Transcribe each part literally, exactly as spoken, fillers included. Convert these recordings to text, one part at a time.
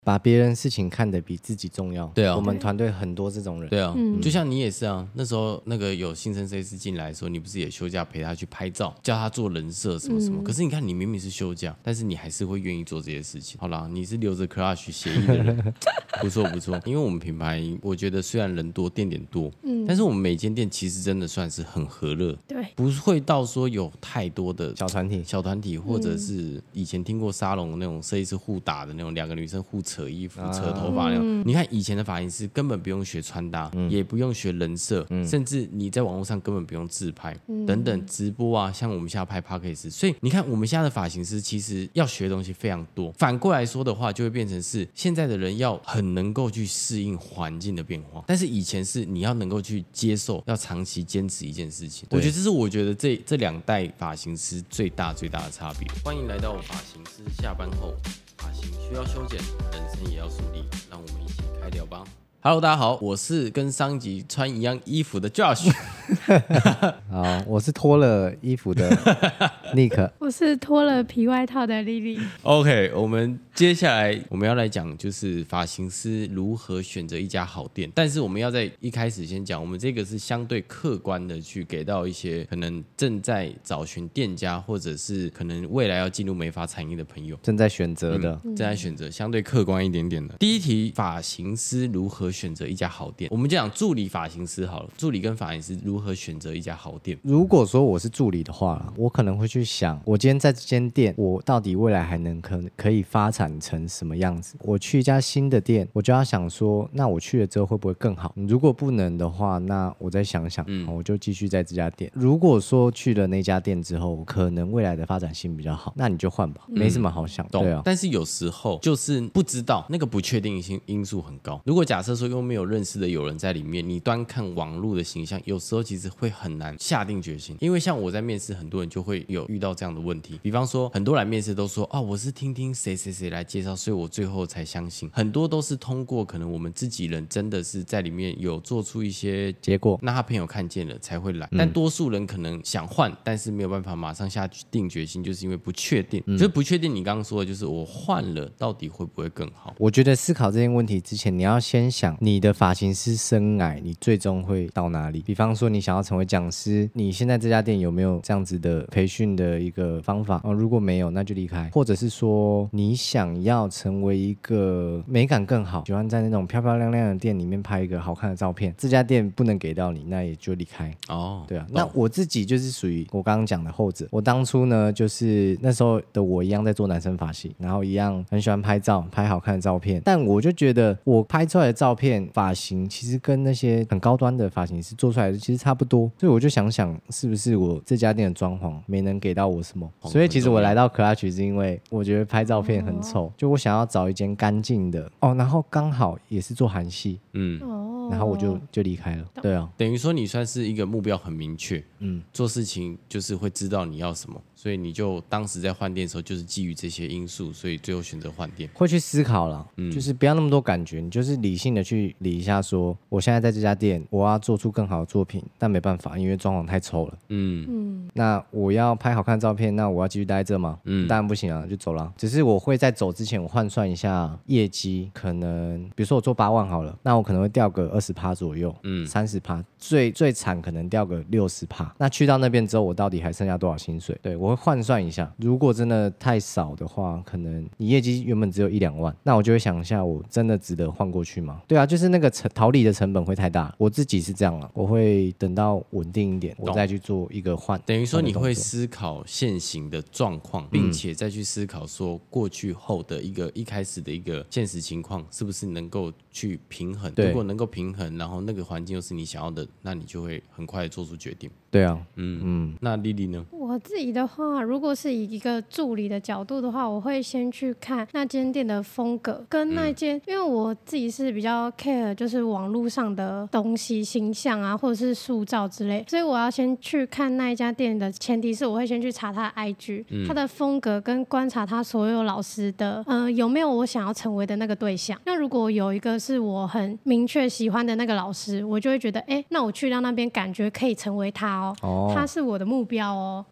把别人事情看得比自己重要。 对啊， 我们团队很多这种人。 对啊、 嗯、 就像你也是啊，那时候那个有新生设计师进来的时候，你不是也休假陪他去拍照，叫他做人设什么什么、嗯、可是你看你明明是休假，但是你还是会愿意做这些事情。好啦，你是留着 crush 协议的人不错不错。因为我们品牌我觉得虽然人多店点多、嗯、但是我们每间店其实真的算是很和乐， 对， 不会到说有太多的小团体小团体，或者是以前听过沙龙那种设计师互打的那种，两个女生互扯衣服、啊、扯头发那种、嗯、你看以前的发型师根本不用学穿搭、嗯、也不用学人设、嗯、甚至你在网络上根本不用自拍、嗯、等等直播啊，像我们现在拍 Podcast， 所以你看我们现在的发型师其实要学的东西非常多。反过来说的话，就会变成是现在的人要很能够去适应环境的变化，但是以前是你要能够去接受，要长期坚持一件事情。我觉得这是我觉得这这两代发型师最大最大的差别。欢迎来到发型师下班后，发型需要修剪，人生也要梳理，让我们一起开聊吧。Hello， 大家好，我是跟上一集穿一样衣服的 Josh 好，我是脱了衣服的 Nick 我是脱了皮外套的 Lily。 OK， 我们接下来我们要来讲就是发型师如何选择一家好店，但是我们要在一开始先讲，我们这个是相对客观的去给到一些可能正在找寻店家，或者是可能未来要进入美发产业的朋友正在选择的、 嗯、正在选择相对客观一点点的。第一题，发型师如何选择一家好店。我们就讲助理发型师好了，助理跟发型师如何选择一家好店。 如果说我是助理的话，我可能会去想，我今天在这间店我到底未来还能 可, 可以发展成什么样子。我去一家新的店，我就要想说，那我去了之后会不会更好。如果不能的话，那我再想想、嗯、我就继续在这家店。如果说去了那家店之后可能未来的发展性比较好，那你就换吧、嗯、没什么好想。对啊， 但是有时候就是不知道，那个不确定性因素很高。如果假设说又没有认识的友人在里面，你端看网络的形象，有时候其实会很难下定决心。因为像我在面试，很多人就会有遇到这样的问题，比方说很多来面试都说啊，我是听听谁谁谁来介绍，所以我最后才相信。很多都是通过可能我们自己人真的是在里面有做出一些结果， 那他朋友看见了才会来、嗯、但多数人可能想换，但是没有办法马上下定决心，就是因为不确定、嗯、就是不确定你刚刚说的就是我换了到底会不会更好。 我觉得思考这件问题之前，你要先想你的发型师生涯你最终会到哪里。比方说你想要成为讲师，你现在这家店有没有这样子的培训的一个方法、哦、如果没有那就离开。或者是说你想要成为一个美感更好，喜欢在那种漂漂亮亮的店里面拍一个好看的照片，这家店不能给到你，那也就离开。 哦， 对啊，那我自己就是属于我刚刚讲的后者。我当初呢就是那时候的我一样在做男生发型，然后一样很喜欢拍照拍好看的照片，但我就觉得我拍出来的照片发型其实跟那些很高端的发型师做出来的其实差不多，所以我就想想是不是我这家店的装潢没能给到我什么、哦、所以其实我来到 Clutch 是因为我觉得拍照片很丑、哦、就我想要找一间干净的哦，然后刚好也是做韩系，嗯，然后我就就离开了。对啊， 等于说你算是一个目标很明确，嗯，做事情就是会知道你要什么，所以你就当时在换店的时候就是基于这些因素，所以最后选择换店。 会去思考啦、嗯、就是不要那么多感觉，你就是理性的去理一下说我现在在这家店我要做出更好的作品，但没办法因为装潢太丑了，嗯嗯，那我要拍好看的照片，那我要继续待在这吗？嗯，当然不行啊，就走了。只是我会在走之前我换算一下业绩，可能比如说我做八万好了，那我可能会掉个 百分之二十 左右，嗯 百分之三十， 最最惨可能掉个 百分之六十， 那去到那边之后我到底还剩下多少薪水？对，我会换算一下，如果真的太少的话，可能你业绩原本只有一两万，那我就会想一下我真的值得换过去吗？对啊，就是那个逃离的成本会太大，我自己是这样了，我会等到稳定一点我再去做一个换。 等于说你会思考现行的状况，并且再去思考说过去后的一个一开始的一个现实情况是不是能够去平衡，如果能够平衡，然后那个环境又是你想要的，那你就会很快做出决定。 对啊， 嗯嗯，那莉莉呢？ 我自己的话，如果是以一个助理的角度的话，我会先去看那间店的风格跟那间、嗯、因为我自己是比较 care 就是网络上的东西形象啊或者是塑造之类，所以我要先去看那一家店的前提是我会先去查他的 I G、嗯、他的风格跟观察他所有老师的呃有没有我想要成为的那个对象。那如果有一个是我很明确喜欢的那个老师，我就会觉得哎，那我去到那边感觉可以成为他哦，哦他是我的目标哦的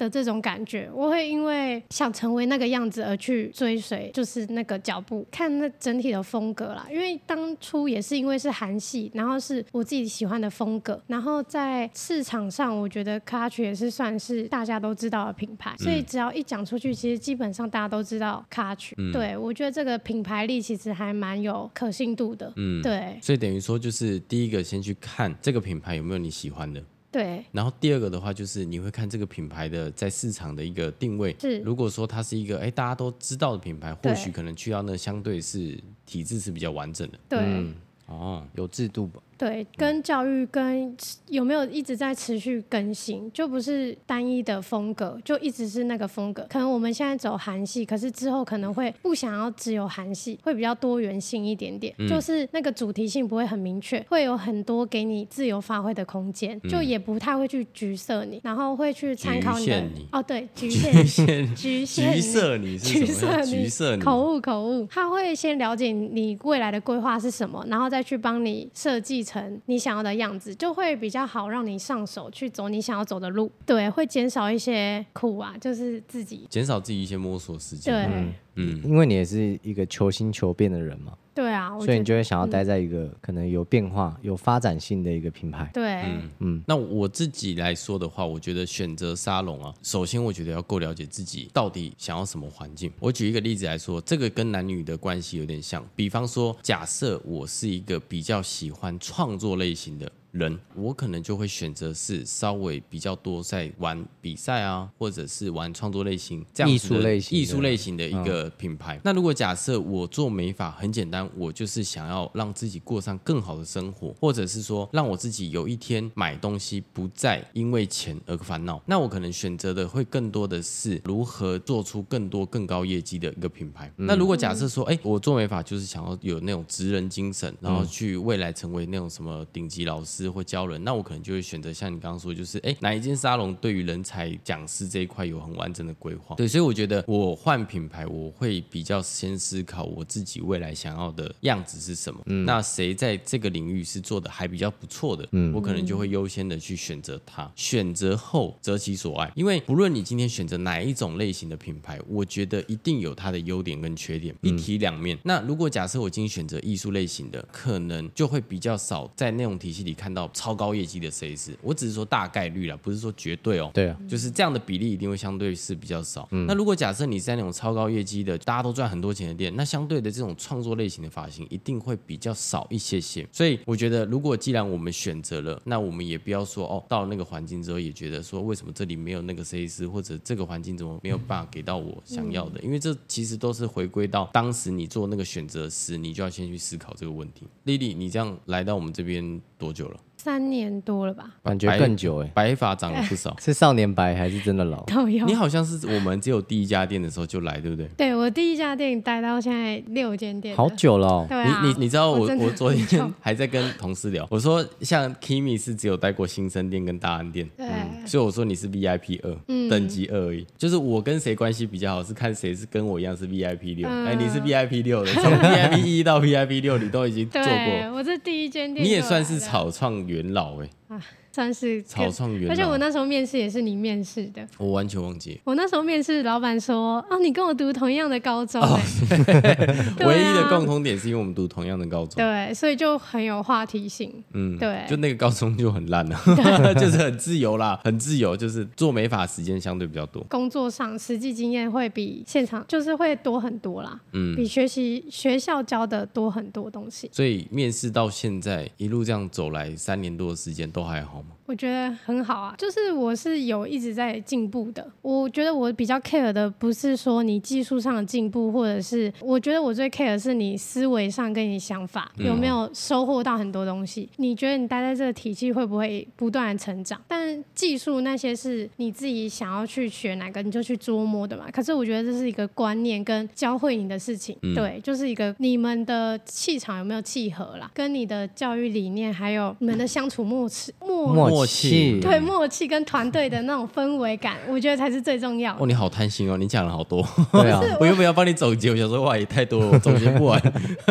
的这种感觉，我会因为想成为那个样子而去追随，就是那个脚步，看那整体的风格啦。因为当初也是因为是韩系，然后是我自己喜欢的风格，然后在市场上我觉得 Clutch 也是算是大家都知道的品牌，所以只要一讲出去，其实基本上大家都知道 Clutch、嗯、对，我觉得这个品牌力其实还蛮有可信度的。嗯，对， 所以等于说就是第一个先去看这个品牌有没有你喜欢的， 对， 然后第二个的话就是你会看这个品牌的在市场的一个定位， 是如果说它是一个哎大家都知道的品牌，或许可能去到那相对是体制是比较完整的， 对、 嗯、 哦， 有制度吧， 对，跟教育跟有没有一直在持续更新，就不是单一的风格，就一直是那个风格。可能我们现在走韩系，可是之后可能会不想要只有韩系，会比较多元性一点点、嗯、就是那个主题性不会很明确，会有很多给你自由发挥的空间、嗯、就也不太会去局设你，然然后会去参考你的你哦，对，局限局限局限局设你是什么？局设你口误口误，他会先了解你未来的规划是什么，然后再去帮你设计成你想要的样子，就会比较好让你上手去走你想要走的路。对，会减少一些苦啊，就是自己减少自己一些摸索时间。 对， 嗯嗯，因为你也是一个求新求变的人嘛。 对啊， 所以你就会想要待在一个、嗯、可能有变化、有发展性的一个品牌。 对， 嗯嗯。那我自己来说的话，我觉得选择沙龙啊，首先我觉得要够了解自己到底想要什么环境。我举一个例子来说，这个跟男女的关系有点像。比方说，假设我是一个比较喜欢创作类型的人，我可能就会选择是稍微比较多在玩比赛啊，或者是玩创作类型这样子的艺术类型艺术类型的一个品牌、嗯、那如果假设我做美发很简单，我就是想要让自己过上更好的生活，或者是说让我自己有一天买东西不再因为钱而烦恼，那我可能选择的会更多的是如何做出更多更高业绩的一个品牌、嗯、那如果假设说哎、欸，我做美发就是想要有那种职人精神，然后去未来成为那种什么顶级老师或教人，那我可能就会选择像你刚刚说，就是哎，哪一间沙龙对于人才讲师这一块有很完整的规划。对，所以我觉得我换品牌，我会比较先思考我自己未来想要的样子是什么。嗯、那谁在这个领域是做的还比较不错的，嗯、我可能就会优先的去选择它。选择后择其所爱，因为不论你今天选择哪一种类型的品牌，我觉得一定有它的优点跟缺点，一体两面。嗯、那如果假设我今天选择艺术类型的，可能就会比较少在那种体系里看到超高业绩的设计师，我只是说大概率啦，不是说绝对哦。 对啊， 就是这样的比例一定会相对是比较少。嗯、那如果假设你在那种超高业绩的，大家都赚很多钱的店，那相对的这种创作类型的发型一定会比较少一些些。所以我觉得，如果既然我们选择了，那我们也不要说哦，到了那个环境之后也觉得说，为什么这里没有那个设计师，或者这个环境怎么没有办法给到我想要的？嗯、因为这其实都是回归到当时你做那个选择时，你就要先去思考这个问题。Lily，你这样来到我们这边多久了？ 三年多了吧， 感觉更久哎、欸， 白发长了不少， 是少年白还是真的老？ 都有。 你好像是我们只有第一家店的时候就来，对不对？ 对，我第一家店待到现在六间店， 好久了、哦。 对啊， 你你你知道我 我, 我昨天还在跟同事聊，我说像 Kimi 是只有待过新生店跟大安店， 对、 嗯，所以我说你是 V I P 二、嗯，等级二而已。就是我跟谁关系比较好，是看谁是跟我一样是 V I P 六、嗯，哎、欸，你是 V I P 六的，从 V I P 一到 V I P 六你都已经做过。 对，我这第一间店， 你也算是草创元老哎、欸。 啊，算是草创元老， 而且我那时候面试也是你面试的， 我完全忘记。 我那时候面试，老板说：“哦，你跟我读同样的高中、欸。哦” 唯一的共同点是因为我们读同样的高中， 对，所以就很有话题性。嗯，对， 就那个高中就很烂了，就是很自由啦，很自由，就是做美发时间相对比较多， 工作上实际经验会比现场就是会多很多啦，嗯，比学习学校教的多很多东西。 所以面试到现在一路这样走来三年多的时间都还好吗？ 我觉得很好啊，就是我是有一直在进步的。我觉得我比较 care 的不是说你技术上的进步，或者是我觉得我最 care 的是你思维上跟你想法有没有收获到很多东西、嗯、你觉得你待在这个体系会不会不断的成长？但技术那些是你自己想要去学哪个你就去琢磨的嘛。可是我觉得这是一个观念跟教会你的事情、嗯、对，就是一个你们的气场有没有契合啦，跟你的教育理念还有你们的相处默契默契， 对，默契跟团队的那种氛围感，我觉得才是最重要的。 哦，你好贪心哦，你讲了好多。 对啊， 我原本要帮你总结，我想说哇也太多了，我总结不完。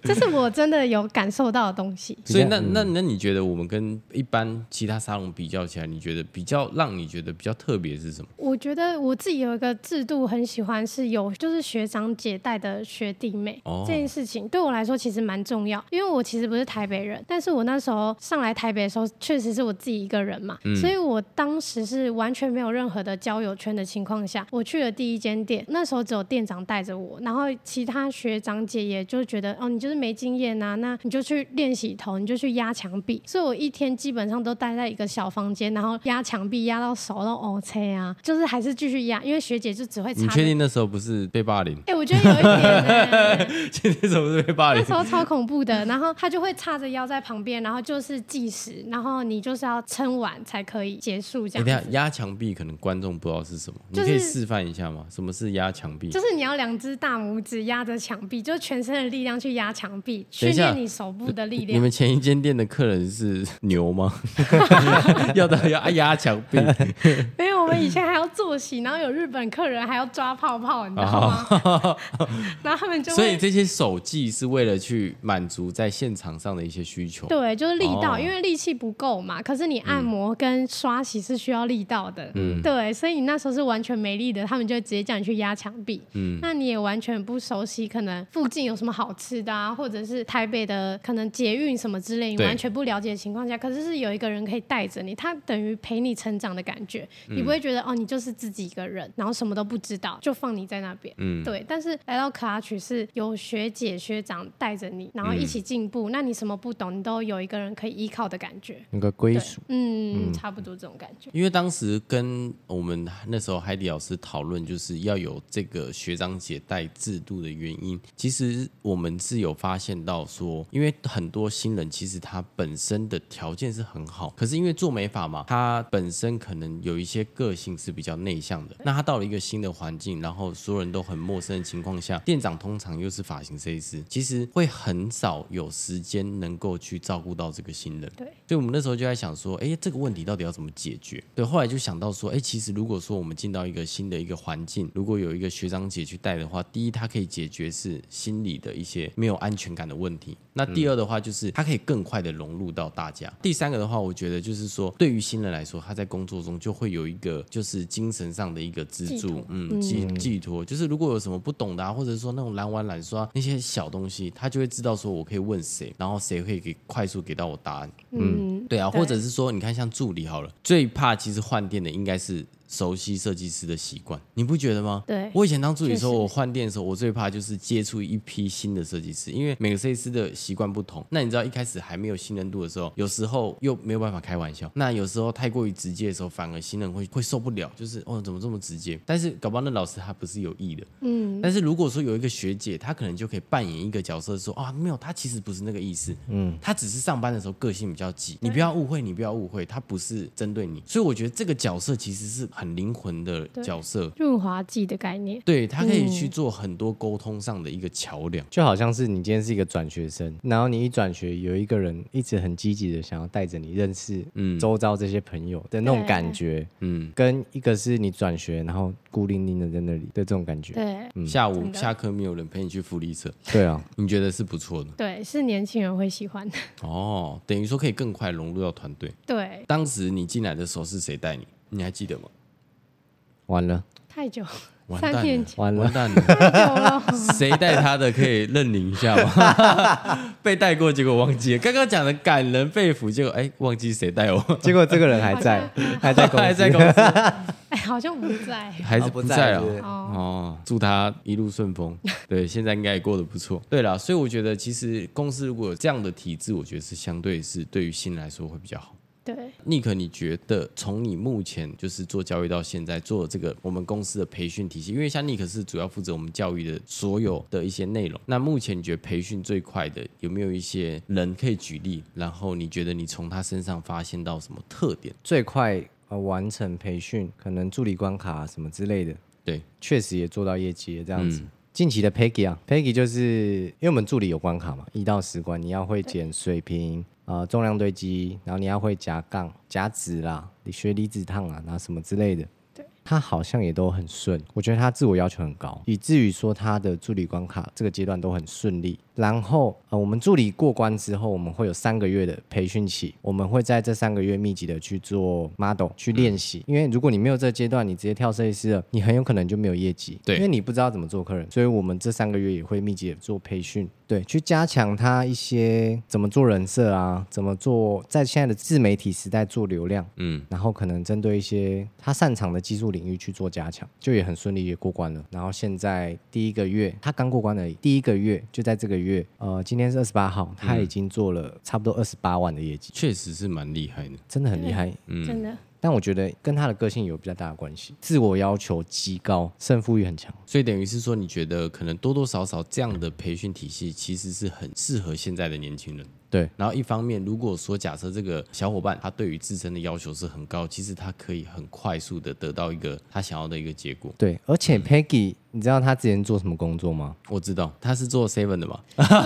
这是我真的有感受到的东西。 所以那那那你觉得我们跟一般其他沙龙比较起来，你觉得比较让你觉得比较特别是什么？ 我觉得我自己有一个制度很喜欢，是有就是学长姐带的学弟妹、哦、这件事情对我来说其实蛮重要，因为我其实不是台北人，但是我那时候上来台北的时候确实是我自己一个人嘛、嗯、所以我当时是完全没有任何的交友圈的情况下，我去了第一间店，那时候只有店长带着我，然后其他学长姐也就觉得哦你就是没经验啊，那你就去练洗头，你就去压墙壁，所以我一天基本上都待在一个小房间，然后压墙壁压到手都 OK 啊，就是还是继续压，因为学姐就只会擦。 你确定那时候不是被霸凌？ 哎、欸，我觉得有一点呢。 确定什么是被霸凌？ 那时候超恐怖的，然后他就会叉着腰在旁边，然后就是计时，然后你就是要撑完才可以结束这样子。 欸、等一下压墙壁可能观众不知道是什么、就是、你可以示范一下吗？什么是压墙壁？ 就是你要两只大拇指压着墙壁，就全身的力量去压墙壁，训练你手部的力量。 你们前一间店的客人是牛吗？要的要压墙壁？ 没有，我们以前还要坐席，然后有日本客人还要抓泡泡，你知道吗？哦、然后他们就会， 所以这些手技是为了去满足在现场上的一些需求。 对，就是力道，哦、因为力气不够嘛。可是你按摩跟刷洗是需要力道的，嗯，对，所以你那时候是完全没力的，他们就直接叫你去压墙壁，嗯，那你也完全不熟悉，可能附近有什么好吃的啊，或者是台北的可能捷运什么之类，你完全不了解的情况下，可是是有一个人可以带着你，他等于陪你成长的感觉，嗯、你不会觉得哦，你就是自己一个人，然后什么都不知道，就放你在那边，嗯，对。但是来到可阿曲是有学姐学长带着你，然后一起进步，嗯、那你什么不懂，你都有一个人可以依靠的感觉， 那个归属， 嗯，嗯差不多这种感觉。 因为当时跟我们那时候海迪老师讨论，就是要有这个学长姐带制度的原因，其实我们是有发现到说，因为很多新人其实他本身的条件是很好，可是因为做美发嘛，他本身可能有一些个性是比较内向的，那他到了一个新的环境，然后所有人都很陌生的情况下，店长通常又是发型设计师，其实会很少有时间能够去照顾到这个新人。 对， 所以我们那时候就在想说，哎，这个问题到底要怎么解决？对，后来就想到说，哎，其实如果说我们进到一个新的一个环境，如果有一个学长姐去带的话，第一，他可以解决是心理的一些没有安全感的问题。那第二的话，就是他可以更快的融入到大家。第三个的话，我觉得就是说，对于新人来说，他在工作中就会有一个就是精神上的一个支柱，嗯，寄寄托。就是如果有什么不懂的啊，或者说那种蓝玩蓝刷那些小东西，他就会知道说我可以问谁，然后谁可以给快速给到我答案。嗯，对啊，或者是说，你看像助理好了，最怕其实换店的应该是熟悉设计师的习惯，你不觉得吗？ 对， 我以前当助理的时候，我换店的时候，我最怕就是接触一批新的设计师，因为每个设计师的习惯不同。那你知道一开始还没有信任度的时候，有时候又没有办法开玩笑，那有时候太过于直接的时候，反而新人会会受不了，就是哦怎么这么直接？但是搞不好那老师他不是有意的，嗯。但是如果说有一个学姐，她可能就可以扮演一个角色说，啊没有，她其实不是那个意思，嗯，她只是上班的时候个性比较急，你不要误会，你不要误会，她不是针对你。所以我觉得这个角色其实是很灵魂的角色， 润滑剂的概念， 对，他可以去做很多沟通上的一个桥梁， 就好像是你今天是一个转学生，然后你一转学，有一个人一直很积极的想要带着你认识周遭这些朋友的那种感觉，嗯，跟一个是你转学然后孤零零的在那里的这种感觉， 对， 嗯、下午下课没有人陪你去福利社， 对啊， 你觉得是不错的， 对，是年轻人会喜欢的， 哦，等于说可以更快融入到团队， 对， 当时你进来的时候是谁带你？你还记得吗？ 完了， 太久， 完蛋了， 三年前， 完了， 完蛋了， 太久了。 谁带他的可以认领一下吗？被带过，结果忘记了。刚刚讲的感人肺腑，结果哎忘记谁带我， 结果这个人还在，还在公司， 还在公司， 哎，好像不在， 还是不在啊？ 哦， 哦，祝他一路顺风。对，现在应该也过得不错。对啦，所以我觉得其实公司如果有这样的体制，我觉得是相对是对于新人来说会比较好。 对， 尼克，你觉得从你目前就是做教育到现在做这个我们公司的培训体系，因为像尼克是主要负责我们教育的所有的一些内容，那目前你觉得培训最快的有没有一些人可以举例？然后你觉得你从他身上发现到什么特点？ 最快、呃、完成培训，可能助理关卡什么之类的， 对， 确实也做到业绩这样子。 嗯近期的 Peggy 啊 ，Peggy 就是因为我们助理有关卡嘛，一到十关，你要会减水平，呃，重量堆积，然后你要会夹杠、夹子啦，你学离子烫啊，然后什么之类的。 对， 他好像也都很顺，我觉得他自我要求很高，以至于说他的助理关卡这个阶段都很顺利。 然后呃，我们助理过关之后，我们会有三个月的培训期，我们会在这三个月密集的去做 model 去练习、嗯、因为如果你没有这个阶段，你直接跳设计师了，你很有可能就没有业绩，对，因为你不知道怎么做客人，所以我们这三个月也会密集的做培训，对，去加强他一些怎么做人设啊，怎么做在现在的自媒体时代做流量，嗯，然后可能针对一些他擅长的技术领域去做加强，就也很顺利也过关了。然后现在第一个月他刚过关而已，第一个月就在这个月，呃，今天是二十八号，他已经做了差不多二十八万的业绩， 确实是蛮厉害的， 真的很厉害， 嗯，真的。 但我觉得跟他的个性有比较大的关系，自我要求极高，胜负欲很强， 所以等于是说，你觉得可能多多少少这样的培训体系其实是很适合现在的年轻人。 对， 然后一方面，如果说假设这个小伙伴他对于自身的要求是很高，其实他可以很快速的得到一个他想要的一个结果。 对，而且 Peggy，、嗯、你知道他之前做什么工作吗？ 我知道，他是做 Seven 的嘛。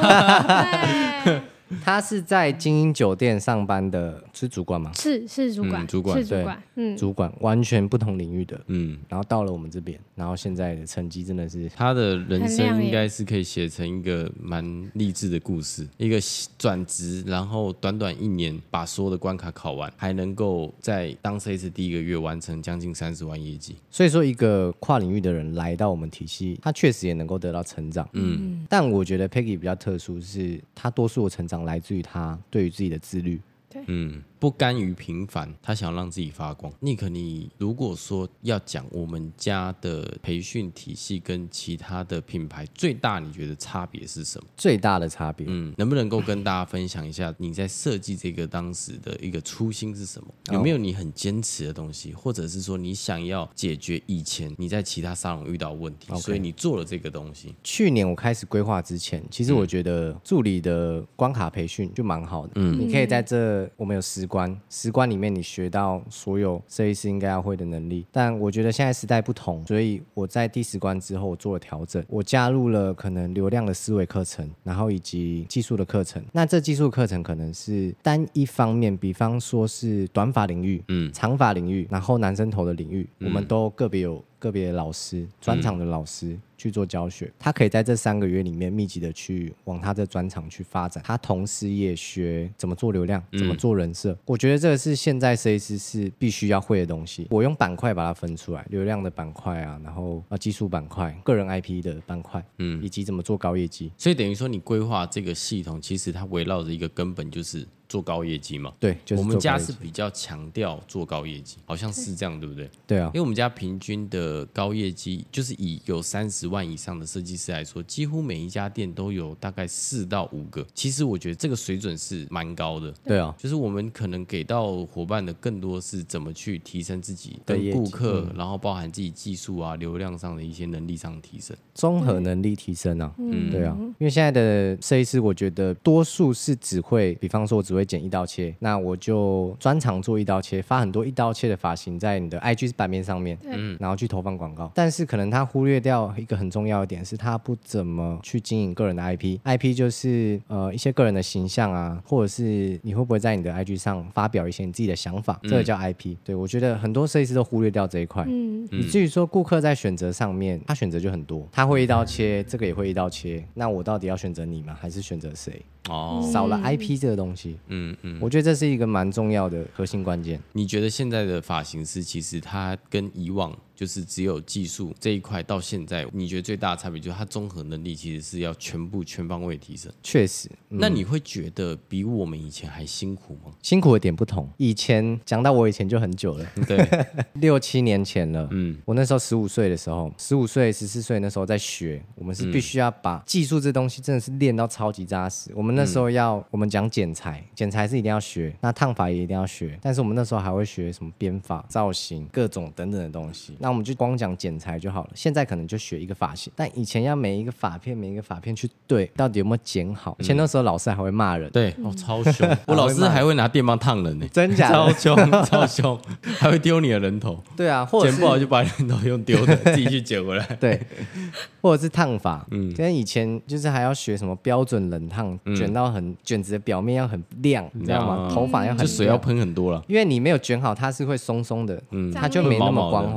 他是在精英酒店上班的，是主管吗？ 是是主管， 嗯、主管是主管，嗯， 主管完全不同领域的， 嗯， 然后到了我们这边，然后现在的成绩真的是他的人生应该是可以写成一个蛮励志的故事，一个转职，然后短短一年把所有的关卡考完，还能够在当设计师第一个月完成将近三十万业绩。 所以说，一个跨领域的人来到我们体系，他确实也能够得到成长，嗯，但我觉得 Peggy 比较特殊，是他多数的成长来自于他对于自己的自律， 对， 嗯，不甘于平凡，他想让自己发光。Nick， 你如果说要讲我们家的培训体系跟其他的品牌最大，你觉得差别是什么？ 最大的差别， 嗯，能不能够跟大家分享一下你在设计这个当时的一个初心是什么？有没有你很坚持的东西，或者是说你想要解决以前你在其他沙龙遇到的问题， okay. 所以你做了这个东西？ 去年我开始规划之前，其实我觉得助理的关卡培训就蛮好的，嗯，你可以在这我们有十关，十关里面你学到所有设计师应该要会的能力。但我觉得现在时代不同，所以我在第十关之后我做了调整，我加入了可能流量的思维课程，然后以及技术的课程。那这技术课程可能是单一方面，比方说是短发领域、嗯，长发领域，然后男生头的领域，嗯、我们都个别有个别的老师，专场的老师。嗯，去做教学，他可以在这三个月里面密集的去往他的专长去发展，他同时也学怎么做流量，怎么做人设、嗯、我觉得这个是现在设计师是必须要会的东西。我用板块把它分出来，流量的板块啊，然后啊技术板块，个人 I P 的板块，嗯，以及怎么做高业绩。 所以等于说你规划这个系统，其实它围绕着一个根本就是做高业绩嘛。 对，就是、 我们家是比较强调做高业绩，好像是这样，对不对？ 对啊， 因为我们家平均的高业绩，就是以有三十万以上的设计师来说，几乎每一家店都有大概四到五个。其实我觉得这个水准是蛮高的。 对啊， 就是我们可能给到伙伴的更多是怎么去提升自己跟顾客、嗯，然后包含自己技术啊、流量上的一些能力上的提升， 综合能力提升啊。嗯，对啊，因为现在的设计师，我觉得多数是只会，比方说我只会剪一刀切，那我就专长做一刀切，发很多一刀切的发型在你的 I G 版面上面，嗯，然后去投放广告。但是可能他忽略掉一个很重要的点，是他不怎么去经营个人的 I P。I P 就是呃一些个人的形象啊，或者是你会不会在你的 I G 上发表一些你自己的想法，嗯、这个叫 I P。对，我觉得很多设计师都忽略掉这一块。嗯，以至于说顾客在选择上面，他选择就很多，他会一刀切，这个也会一刀切，那我到底要选择你吗？还是选择谁？哦，少了 I P 这个东西，嗯嗯，我觉得这是一个蛮重要的核心关键。 你觉得现在的发型师其实他跟以往就是只有技术这一块到现在，你觉得最大的差别就是他综合能力其实是要全部全方位提升？ 确实、 嗯，那你会觉得比我们以前还辛苦吗？ 辛苦的点不同，以前讲到我以前就很久了， 对， 六七年前了，嗯，我那时候十五岁的时候，十五岁十四岁那时候在学，我们是必须要把技术这东西真的是练到超级扎实。我们那时候要、嗯、我们讲剪裁，剪裁是一定要学，那烫发也一定要学，但是我们那时候还会学什么编发、造型、各种等等的东西。那我们就光讲剪裁就好了，现在可能就学一个发型，但以前要每一个发片每一个发片去对到底有没有剪好，以前那时候老师还会骂人， 对，哦，超凶，我老师还会拿电棒烫人呢， 真假的？ 超凶超凶，还会丢你的人头。 对啊，或者是剪不好就把人头用丢的，自己去剪回来。 对，或者是烫发，嗯，跟以前就是还要学什么标准冷烫，嗯、卷到很卷子的表面要很亮，你知道吗？嗯、头发要很亮， 就水要喷很多了， 因为你没有卷好，它是会松松的，嗯，它就没那么光滑。以前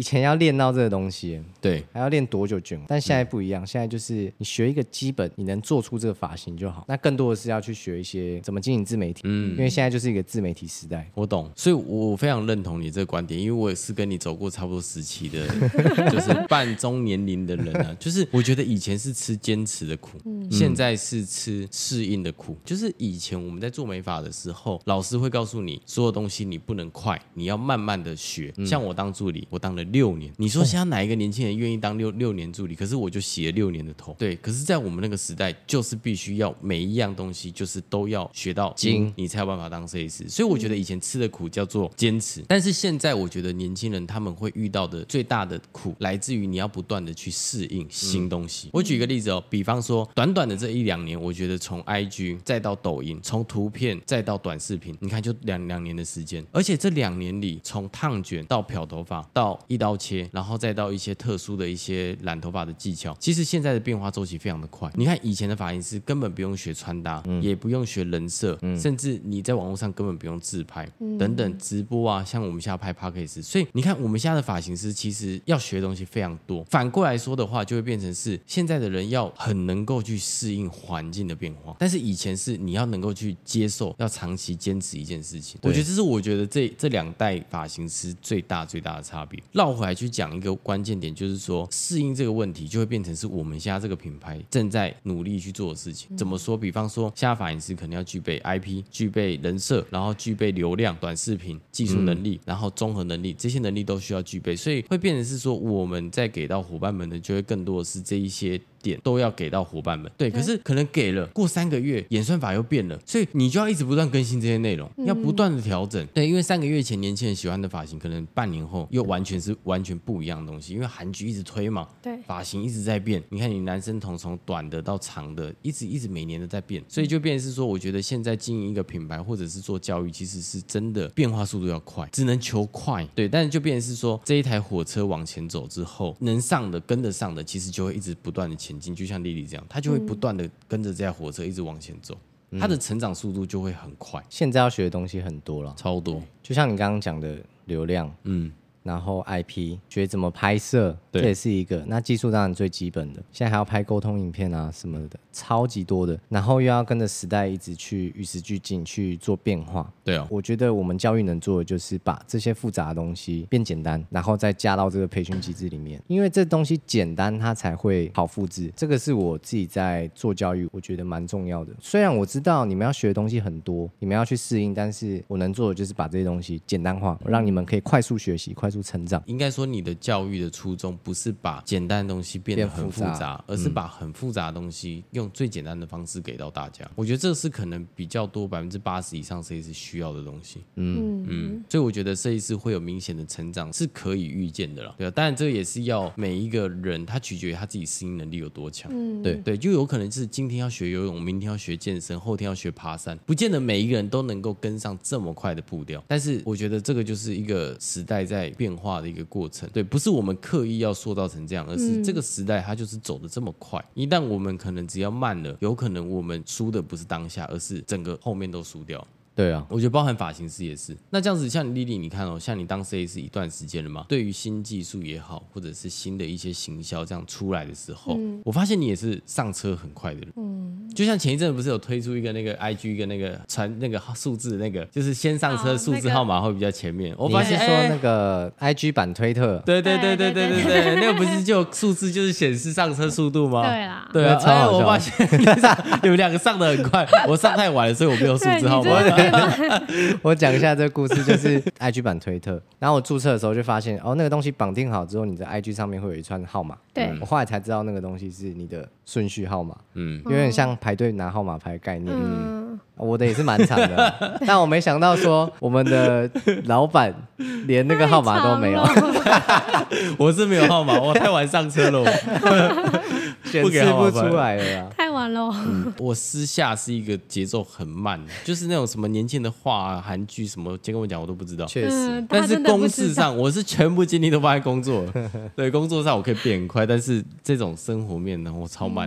前要练到这个东西， 对， 还要练多久卷？但现在不一样，嗯、现在就是你学一个基本，你能做出这个发型就好。那更多的是要去学一些怎么经营自媒体，嗯，因为现在就是一个自媒体时代。 我懂，所以我非常认同你这个观点，因为我也是跟你走过差不多时期的，就是半中年龄的人啊。就是我觉得以前是吃坚持的苦，嗯、现在是吃适应的苦。就是以前我们在做美发的时候，老师会告诉你，所有东西你不能快，你要慢慢的学。嗯、像我当助理，我当了六年。你说现在哪一个年轻人愿意当六六年助理？可是我就洗了六年的头。对，可是，在我们那个时代，就是必须要每一样东西，就是都要学到精，你才有办法当设计师。所以我觉得以前吃的苦叫做坚持，但是现在我觉得年轻人他们会遇到的最大的苦，来自于你要不断的去适应新东西。嗯、我举一个例子哦，比方说短短的这一两年，我觉得从 I G 再到抖音，从图片再到短视频，你看就两两年的时间，而且这两年里，从烫卷到漂头发，到一刀切，然后再到一些特殊的一些染头发的技巧，其实现在的变化周期非常的快。你看以前的发型师根本不用学穿搭，嗯、也不用学人设，嗯、甚至你在网络上根本不用自拍，嗯、等等直播啊，像我们现在拍 Podcast， 所以你看我们现在的发型师其实要学的东西非常多。反过来说的话，就会变成是现在的人要很能够去适应环境的变化，但是以前是你要能够去接受，要长期坚持一件事情。我觉得这是我觉得这这两代发型师最大最大的差别。绕回来去讲一个关键点，就是说适应这个问题就会变成是我们现在这个品牌正在努力去做的事情。怎么说？比方说现在发型师可能要具备 I P， 具备人设，然后具备流量、短视频、技术能力，嗯、然后综合能力，这些能力都需要具备，所以会变成是说我们在给到伙伴们的就会更多的是这一些点都要给到伙伴们。对，可是可能给了过三个月演算法又变了，所以你就要一直不断更新这些内容，嗯、要不断的调整。对，因为三个月前年轻人喜欢的发型，可能半年后又完全是完全不一样的东西，因为韩剧一直推嘛，对，发型一直在变。你看你男生从从短的到长的，一直一直每年都在变，所以就变成是说，我觉得现在经营一个品牌或者是做教育，其实是真的变化速度要快，只能求快。对，但是就变成是说，这一台火车往前走之后，能上的跟得上的，其实就会一直不断的前进，就像莉莉这样，他就会不断的跟着这台火车一直往前走。他的成长速度就会很快。 现在要学的东西很多了， 超多。 就像你刚刚讲的流量，嗯，然后 I P 学怎么拍摄，这也是一个。那技术当然最基本的，现在还要拍沟通影片啊什么的，超级多的。然后又要跟着时代一直去与时俱进去做变化。对啊，我觉得我们教育能做的就是把这些复杂的东西变简单，然后再加到这个培训机制里面。因为这东西简单，它才会好复制。这个是我自己在做教育，我觉得蛮重要的。虽然我知道你们要学的东西很多，你们要去适应，但是我能做的就是把这些东西简单化，让你们可以快速学习、快速成长。 应该说你的教育的初衷不是把简单的东西变得很复杂，复杂而是把很复杂的东西用最简单的方式给到大家。我觉得这是可能比较多百分之八十以上设计师需要的东西。嗯嗯，所以我觉得设计师会有明显的成长是可以预见的啦。对啊，当然这个也是要每一个人他取决于他自己适应能力有多强。嗯，对对，就有可能是今天要学游泳，明天要学健身，后天要学爬山，不见得每一个人都能够跟上这么快的步调。但是我觉得这个就是一个时代在变化的一个过程。对，不是我们刻意要塑造成这样，而是这个时代它就是走得这么快。一旦我们可能只要慢了，有可能我们输的不是当下，而是整个后面都输掉。 对啊， 我觉得包含发型师也是。那这样子，像你莉莉，你看哦，像你当设计师一段时间了嘛，对于新技术也好，或者是新的一些行销这样出来的时候，嗯、我发现你也是上车很快的人。嗯，就像前一阵不是有推出一个那个 I G 一个那个传那个数字那个，就是先上车数字号码会比较前面。我发现你是说那个 I G 版推特？ 对对对对对对对，那个不是就数字就是显示上车速度吗？ 对啦， 对啊，超好笑。我发现你们两个上的很快，我上太晚了，所以我没有数字号码。 我讲一下这个故事，就是 I G 版推特，然后我注册的时候就发现，哦，那个东西绑定好之后，你的 I G 上面会有一串号码。对，我后来才知道那个东西是你的顺序号码，嗯，有点像排队拿号码牌的概念。嗯，我的也是蛮长的，但我没想到说我们的老板连那个号码都没有。 我是没有号码，我太晚上车了， 显示不出来了啦， 太晚了。 嗯，我私下是一个节奏很慢，就是那种什么年轻的话啊、韩剧什么，先跟我讲我都不知道， 确实。 嗯、 但是公事上，我是全部精力都放在工作。对，工作上我可以变很快，但是这种生活面呢，我超慢的。嗯、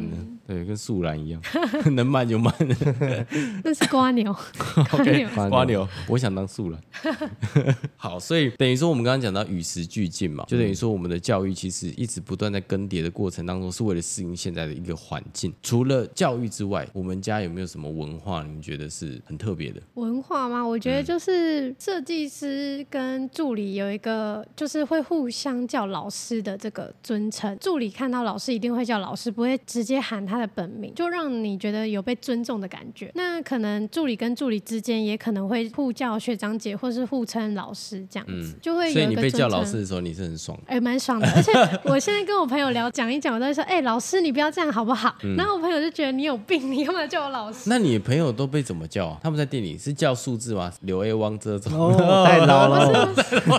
对，跟素兰一样，能慢就慢。 那是瓜牛，瓜牛， 瓜牛，我想当素兰。好，所以等于说我们刚刚讲到与时俱进嘛，就等于说我们的教育其实一直不断在更迭的过程当中，是为了适应现在的一个环境。除了教育之外，我们家有没有什么文化你们觉得是很特别的文化吗？我觉得就是设计师跟助理有一个就是会互相叫老师的这个尊称，助理看到老师一定会叫老师，不会直接喊他的本名，就让你觉得有被尊重的感觉。那可能助理跟助理之间也可能会互叫学长姐或是互称老师这样子、嗯、就会有一个尊称。 所以你被叫老师的时候你是很爽的？ 哎、欸，蛮爽的。而且我现在跟我朋友聊讲一讲，我都会说哎、欸，老师你不要这样好不好、嗯、然后我朋友就觉得你有病，你干嘛叫我老师？ 那你的朋友都被怎么叫啊？他们在店里是叫数字吗？柳 A 汪这种哦，太老了。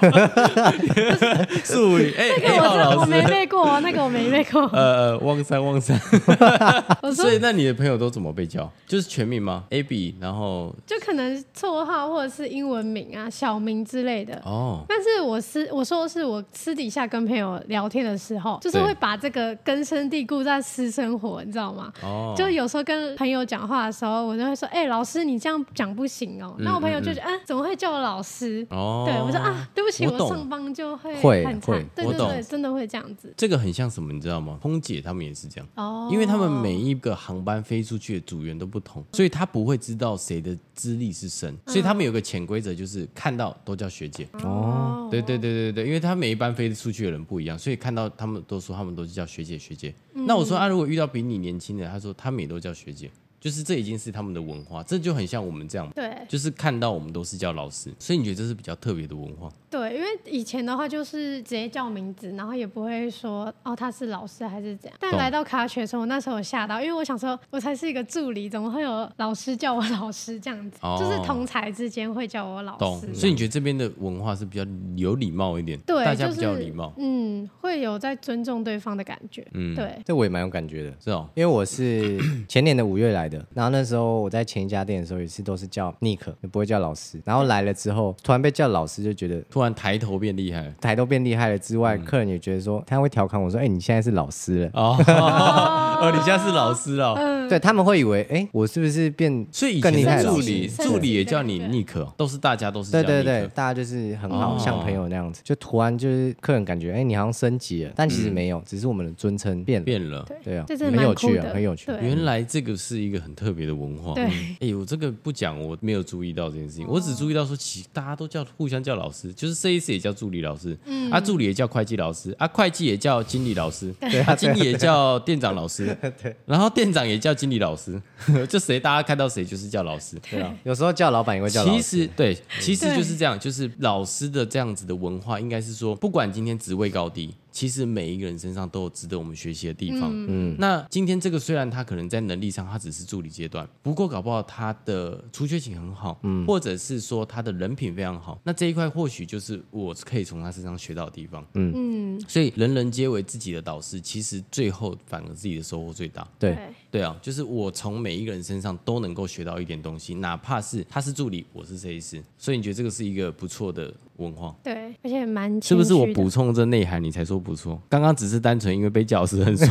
术语哎， 那个我真我没背过，那个我没背过。 呃呃，汪三汪三。所以那你的朋友都怎么被叫？就是全名吗 ？A B， 然后就可能绰号或者是英文名啊、小名之类的。哦。但是我私我说的是我私底下跟朋友聊天的时候，就是会把这个根深蒂固在私生活，你知道吗？哦。就有时候跟朋友讲话的时候，我就会说：“哎、欸，老师，你这样讲不行哦。嗯”那我朋友就觉得：“啊，怎么会叫我老师？”哦。对，我说：“啊，对不起，我, 我上班就会很惨。”对对对，真的会这样子。 这个很像什么，你知道吗？空姐他们也是这样。哦。因为他们每一个航班飞出去的组员都不同，所以他不会知道谁的资历是深，所以他们有个潜规则，就是看到都叫学姐。哦。对对对对对，因为他每一班飞出去的人不一样，所以看到他们都说他们都是叫学姐学姐。嗯、那我说啊，如果遇到比你年轻的，他说他们也都叫学姐。就是这已经是他们的文化，这就很像我们这样， 对， 就是看到我们都是叫老师，所以你觉得这是比较特别的文化？ 对，因为以前的话就是直接叫名字，然后也不会说哦他是老师还是怎样。但来到卡曲的时候，我那时候有吓到，因为我想说我才是一个助理，怎么会有老师叫我老师这样子？哦、就是同才之间会叫我老师。 所以你觉得这边的文化是比较有礼貌一点， 对， 大家比较有礼貌， 就是、嗯，会有在尊重对方的感觉。嗯，对， 这我也蛮有感觉的， 是哦， 因为我是前年的五月来的，然后那时候。我在前一家店的时候也是都是叫 Nick， 也不会叫老师。然后来了之后，突然被叫老师，就觉得突然抬头变厉害了。 抬头变厉害了之外，嗯、客人也觉得说，他会调侃我说：“哎、欸，你现在是老师了。” 哦，哦，你现在是老师了。 嗯、 对他们会以为，哎、欸，我是不是变更厉害？ 所以以前助理助理也叫你 Nick， 都是大家都是叫 Nick。 对对对，大家就是很好，哦、像朋友那样子。就突然就是客人感觉，哎、欸，你好像升级了，但其实没有，嗯、只是我们的尊称变了。 变了， 对啊， 这很有趣啊，很有趣。 原来这个是一个很特别的文化。 对， 哎、欸，我这个不讲，我没有注意到这件事情，我只注意到说，其实大家都叫互相叫老师，就是设计师也叫助理老师，嗯、啊，助理也叫会计老师，啊，会计也叫经理老师，对啊，经理也叫店长老师，对，然后店长也叫经理老师，就谁大家看到谁就是叫老师，对啊， 有时候叫老板也会叫老师。 其实对，其实就是这样，就是老师的这样子的文化，应该是说，不管今天职位高低。其实每一个人身上都有值得我们学习的地方。嗯，那今天这个虽然他可能在能力上他只是助理阶段，不过搞不好他的出缺勤很好，嗯，或者是说他的人品非常好，那这一块或许就是我可以从他身上学到的地方。嗯嗯，所以人人皆为自己的导师，其实最后反而自己的收获最大。 对对啊，就是我从每一个人身上都能够学到一点东西，哪怕是他是助理，我是设计师，所以你觉得这个是一个不错的文化？ 对，而且蛮是不是我补充这内涵你才说不错？刚刚只是单纯因为被叫是很爽。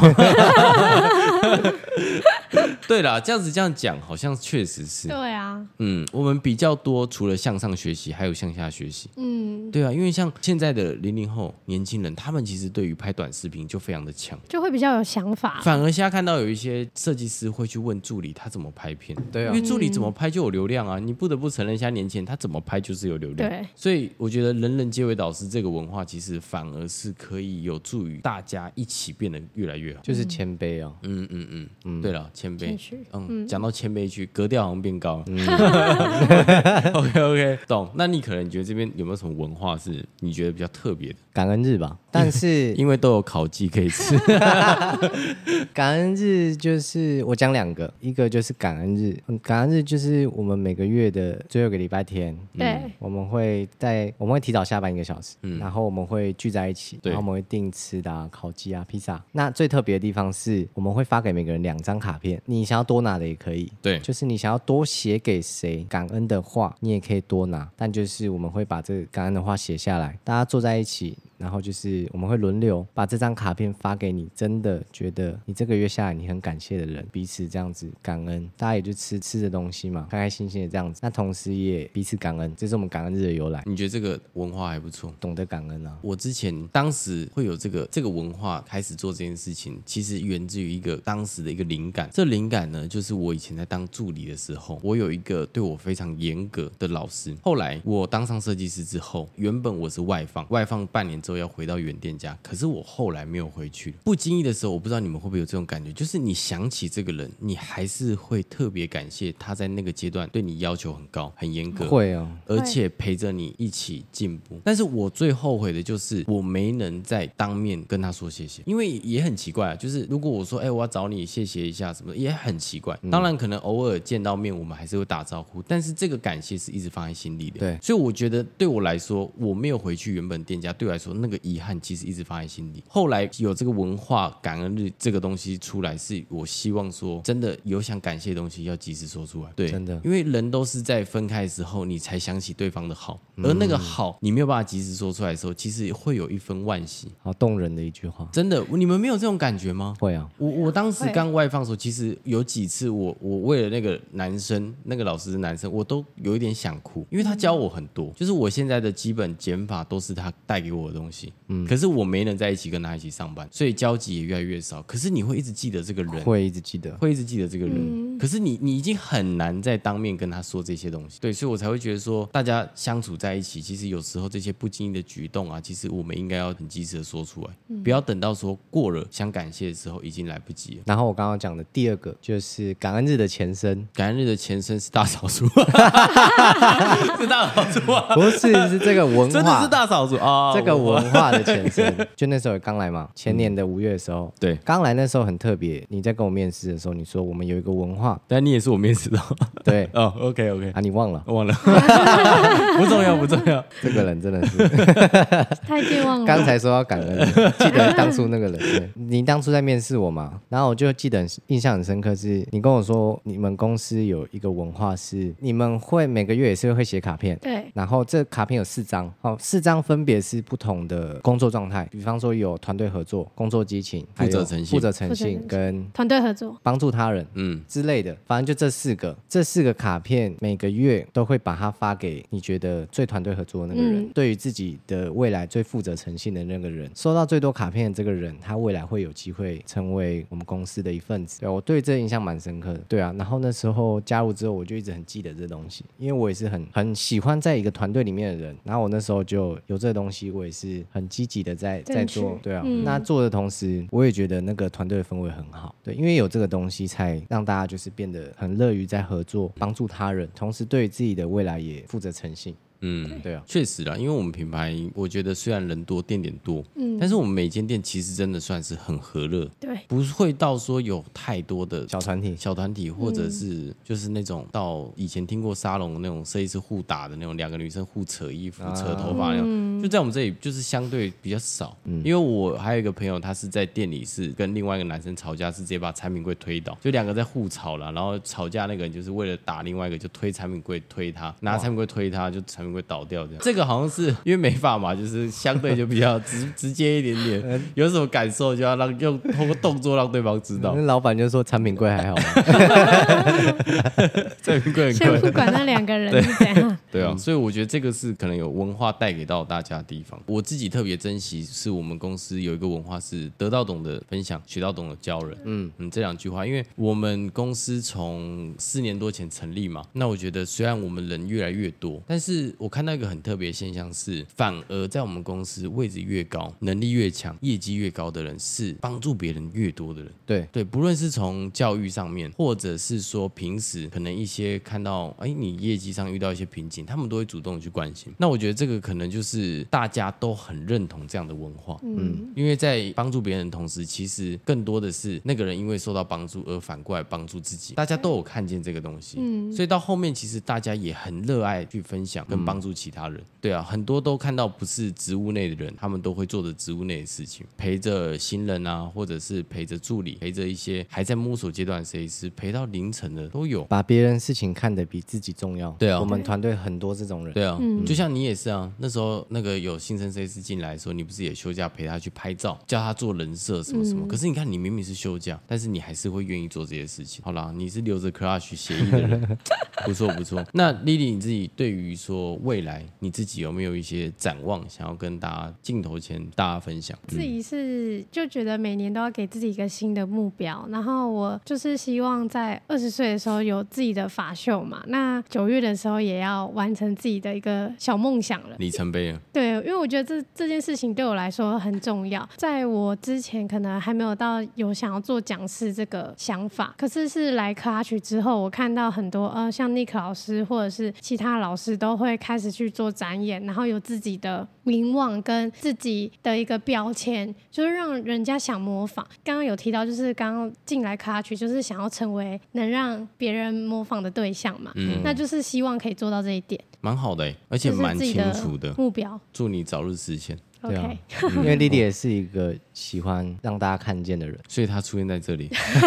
对啦，这样子这样讲好像确实是。 对啊， 嗯，我们比较多除了向上学习还有向下学习。嗯，对啊，因为像现在的零零后年轻人，他们其实对于拍短视频就非常的强， 就会比较有想法。 反而现在看到有一些设计师会去问助理他怎么拍片。 对啊， 因为助理怎么拍就有流量啊，你不得不承认现在年轻人他怎么拍就是有流量。 对， 所以我觉得人人皆为导师这个文化其实反而是可以有助于大家一起变得越来越好， 就是谦卑啊。 嗯嗯嗯嗯，对了，谦卑。嗯，讲到谦卑去，格调好像变高了。嗯、OK OK， 懂。那你可能觉得这边有没有什么文化是你觉得比较特别的？ 感恩日吧，但是因为都有烤鸡可以吃。 感恩日就是我讲两个，一个就是感恩日，感恩日就是我们每个月的最后一个礼拜天， 对、 嗯，我们会在我们会提早下班一个小时，嗯、然后我们会聚在一起，然后我们会订吃的啊，烤鸡啊，披萨。那最特别的地方是，我们会发给每个人两张卡片，你想要多拿的也可以， 对， 就是你想要多写给谁感恩的话，你也可以多拿，但就是我们会把这个感恩的话写下来，大家坐在一起。 然后就是我们会轮流把这张卡片发给你真的觉得你这个月下来你很感谢的人，彼此这样子感恩，大家也就吃吃的东西嘛，开开心心的这样子，那同时也彼此感恩，这是我们感恩日的由来。 你觉得这个文化还不错， 懂得感恩啊。 我之前当时会有这个这个文化开始做这件事情，其实源自于一个当时的一个灵感。这灵感呢，就是我以前在当助理的时候，我有一个对我非常严格的老师。后来我当上设计师之后，原本我是外放，外放半年之后要回到原店家，可是我后来没有回去。不经意的时候，我不知道你们会不会有这种感觉，就是你想起这个人，你还是会特别感谢他在那个阶段对你要求很高、很严格， 会啊， 而且陪着你一起进步。但是我最后悔的就是我没能在当面跟他说谢谢，因为也很奇怪啊，就是如果我说哎、欸、我要找你谢谢一下什么的，也很奇怪。当然可能偶尔见到面我们还是会打招呼，但是这个感谢是一直放在心里的。 对， 所以我觉得对我来说，我没有回去原本店家，对我来说那个遗憾其实一直放在心里。后来有这个文化感恩日这个东西出来，是我希望说真的有想感谢的东西要及时说出来。对， 真的， 因为人都是在分开的时候你才想起对方的好，而那个好你没有办法及时说出来的时候，其实会有一分惋惜。 好动人的一句话， 真的，你们没有这种感觉吗？ 会啊， 我我当时刚外放的时候，其实有几次我我为了那个男生，那个老师的男生，我都有一点想哭，因为他教我很多，就是我现在的基本减法都是他带给我的东西，嗯，可是我没能在一起跟他一起上班，所以交集也越来越少。可是你会一直记得这个人， 会一直记得， 会一直记得这个人，嗯、可是你你已经很难在当面跟他说这些东西，对，所以我才会觉得说，大家相处在一起，其实有时候这些不经意的举动啊，其实我们应该要很及时的说出来，嗯、不要等到说过了想感谢的时候已经来不及了。 然后我刚刚讲的第二个就是感恩日的前身， 感恩日的前身是大扫除，是大扫除啊？ 不是，是这个文化， 真的是大扫除啊！ 这个文化的前身，就那时候刚来嘛，前年的五月的时候， 对， 刚来那时候很特别。你在跟我面试的时候，你说我们有一个文化， 但你也是我面试的， 对， 哦 ，OK OK， 啊，你忘了， 忘了，不重要不重要， 这个人真的是太健忘了。 刚才说要感恩，记得当初那个人，对，你当初在面试我嘛，然后我就记得印象很深刻，是你跟我说你们公司有一个文化是你们会每个月也是会写卡片， 对， 然后这卡片有四张，哦，四张分别是不同的工作状态，比方说有团队合作、工作激情、 负责诚信、 负责诚信跟团队合作、 帮助他人，嗯之类的，反正就这四个，这四个卡片每个月都会把它发给你觉得最团队合作的那个人，嗯、对于自己的未来最负责诚信的那个人，收到最多卡片的这个人，他未来会有机会成为我们公司的一份子。对，我对这个印象蛮深刻的。对啊，然后那时候加入之后，我就一直很记得这东西，因为我也是很很喜欢在一个团队里面的人，然后我那时候就有这个东西，我也是很积极的在在做。对啊、嗯，那做的同时，我也觉得那个团队的氛围很好。对，因为有这个东西，才让大家就是变得很乐于在合作，帮助他人，同时对于自己的未来也负责诚信。嗯，对啊， 确实啦，因为我们品牌，我觉得虽然人多店点多，嗯，但是我们每间店其实真的算是很和乐， 对， 不会到说有太多的小团体、 小团体，或者是就是那种到以前听过沙龙那种设计师互打的那种，两个女生互扯衣服、啊、扯头发那种，嗯、就在我们这里就是相对比较少。嗯，因为我还有一个朋友，他是在店里是跟另外一个男生吵架，是直接把产品柜推倒，就两个在互吵啦，然后吵架那个人就是为了打另外一个，就推产品柜推他，拿产品柜推他，就产品柜倒掉这样。这个好像是因为没法嘛，就是相对就比较直直接一点点，有什么感受就要让用通过动作让对方知道。 那老板就说产品柜还好吗？ 产品柜很贵， 先不管那两个人是怎样。 对啊，所以我觉得这个是可能有文化带给到大家的地方。我自己特别珍惜，是我们公司有一个文化是得到懂得分享，学到懂得教人。嗯嗯，这两句话，因为我们公司从四年多前成立嘛，那我觉得虽然我们人越来越多，但是我看到一个很特别的现象是，反而在我们公司位置越高、能力越强、业绩越高的人，是帮助别人越多的人。 对对，不论是从教育上面，或者是说平时可能一些看到哎你业绩上遇到一些瓶颈，他们都会主动去关心。那我觉得这个可能就是大家都很认同这样的文化。嗯，因为在帮助别人的同时，其实更多的是那个人因为受到帮助而反过来帮助自己，大家都有看见这个东西。嗯，所以到后面其实大家也很热爱去分享跟帮帮助其他人。对啊，很多都看到不是职务内的人，他们都会做着职务内的事情，陪着新人啊，或者是陪着助理，陪着一些还在摸索阶段的设计师，陪到凌晨的都有。 把别人事情看得比自己重要。 对啊， 我们团队很多这种人。 对啊，嗯、就像你也是啊。那时候那个有新生设计师进来的时候，你不是也休假陪他去拍照，叫他做人设什么什么、嗯？可是你看，你明明是休假，但是你还是会愿意做这些事情。好啦，你是留着 crush 协议的人，不错不错。那 Lily 你自己对于说未来，你自己有没有一些展望，想要跟大家镜头前大家分享？ 自己是就觉得每年都要给自己一个新的目标，然后我就是希望在二十岁的时候有自己的法秀嘛，那九月的时候也要完成自己的一个小梦想了， 里程碑了。 对，因为我觉得这这件事情对我来说很重要。在我之前可能还没有到有想要做讲师这个想法，可是是来科阿曲之后，我看到很多呃像 Nick 老师或者是其他老师都会开始去做展演，然后有自己的名望跟自己的一个标签，就是让人家想模仿。刚刚有提到就是刚刚进来科阿曲就是想要成为能让别人模仿的对象嘛、嗯、那就是希望可以做到这一点， 蛮好的、欸、而且蛮清楚的目标， 祝你早日实现。 对啊，因为 Lily 也是一个喜欢让大家看见的人， 所以她出现在这里。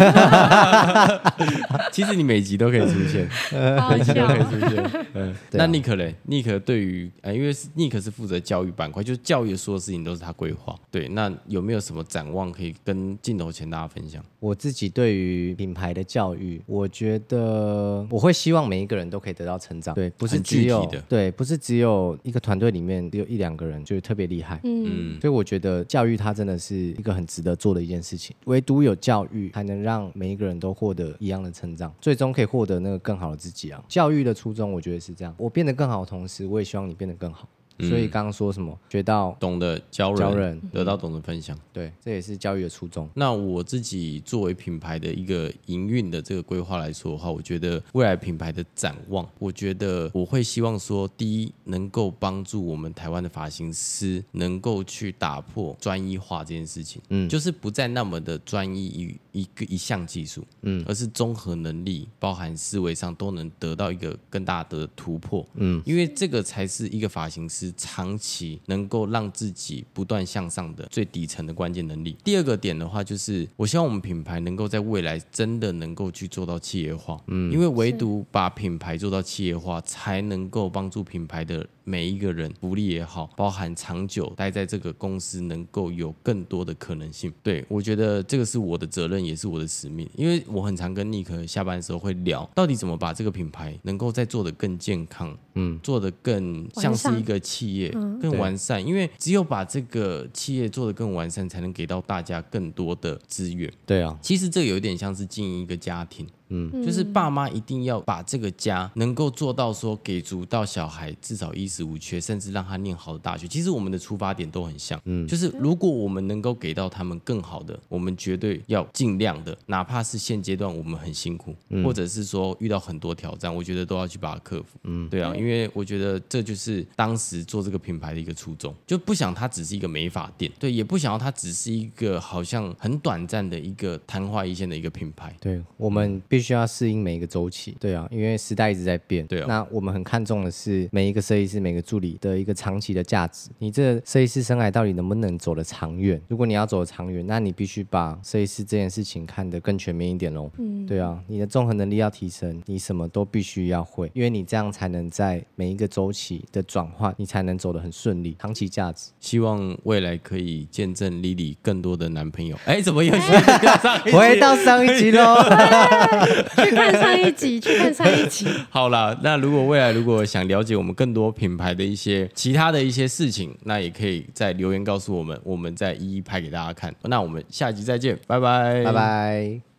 其实你每集都可以出现，每集都可以出现。嗯，那 Nick 嘞 ？Nick 对于、呃、因为 Nick 是负责教育板块，就是教育的所有事情都是他规划。对，那有没有什么展望可以跟镜头前大家分享？ 我自己对于品牌的教育，我觉得我会希望每一个人都可以得到成长。对，不是只有很具体的，对，不是只有一个团队里面只有一两个人就是特别厉害。嗯，所以我觉得教育它真的是一个很值得做的一件事情，唯独有教育才能让每一个人都获得一样的成长，最终可以获得那个更好的自己啊。教育的初衷我觉得是这样，我变得更好的同时，我也希望你变得更好。所以刚刚说什么学到懂得教人， 教人得到懂得分享， 对，这也是教育的初衷。 那我自己作为品牌的一个营运的这个规划来说的话，我觉得未来品牌的展望，我觉得我会希望说，第一能够帮助我们台湾的发型师能够去打破专一化这件事情，嗯，就是不再那么的专一于一个一项技术，嗯，而是综合能力，包含思维上都能得到一个更大的突破，嗯，因为这个才是一个发型师长期能够让自己不断向上的最底层的关键能力。第二个点的话，就是我希望我们品牌能够在未来真的能够去做到企业化，嗯，因为唯独把品牌做到企业化，才能够帮助品牌的每一个人福利也好，包含长久待在这个公司能够有更多的可能性。对，我觉得这个是我的责任，也是我的使命，因为我很常跟 Nick 下班的时候会聊，到底怎么把这个品牌能够再做得更健康，嗯，做得更像是一个企业，更完善，因为只有把这个企业做得更完善，才能给到大家更多的资源。 对啊， 其实这有一点像是经营一个家庭，嗯，就是爸妈一定要把这个家能够做到说给足到小孩至少衣食无缺，甚至让他念好的大学。其实我们的出发点都很像，嗯，就是如果我们能够给到他们更好的，我们绝对要尽量的，哪怕是现阶段我们很辛苦，嗯，或者是说遇到很多挑战，我觉得都要去把它克服。嗯，对啊，因为我觉得这就是当时做这个品牌的一个初衷，就不想它只是一个美发店，对，也不想要它只是一个好像很短暂的一个昙花一现的一个品牌。 对，我们必须要适应每一个周期。对啊，因为时代一直在变。 对啊， 那我们很看重的是每一个设计师、每个助理的一个长期的价值。你这设计师生涯到底能不能走得长远？如果你要走得长远，那你必须把设计师这件事情看得更全面一点咯。嗯，对啊，你的综合能力要提升，你什么都必须要会，因为你这样才能在每一个周期的转换，你才能走得很顺利，长期价值。 希望未来可以见证 Lily 更多的男朋友。哎，怎么又回到上一集喽？ 去看上一集，去看上一集。 好啦，那如果未来如果想了解我们更多品牌的一些其他的一些事情，那也可以在留言告诉我们，我们再一一拍给大家看。那我们下集再见，拜拜， 拜拜。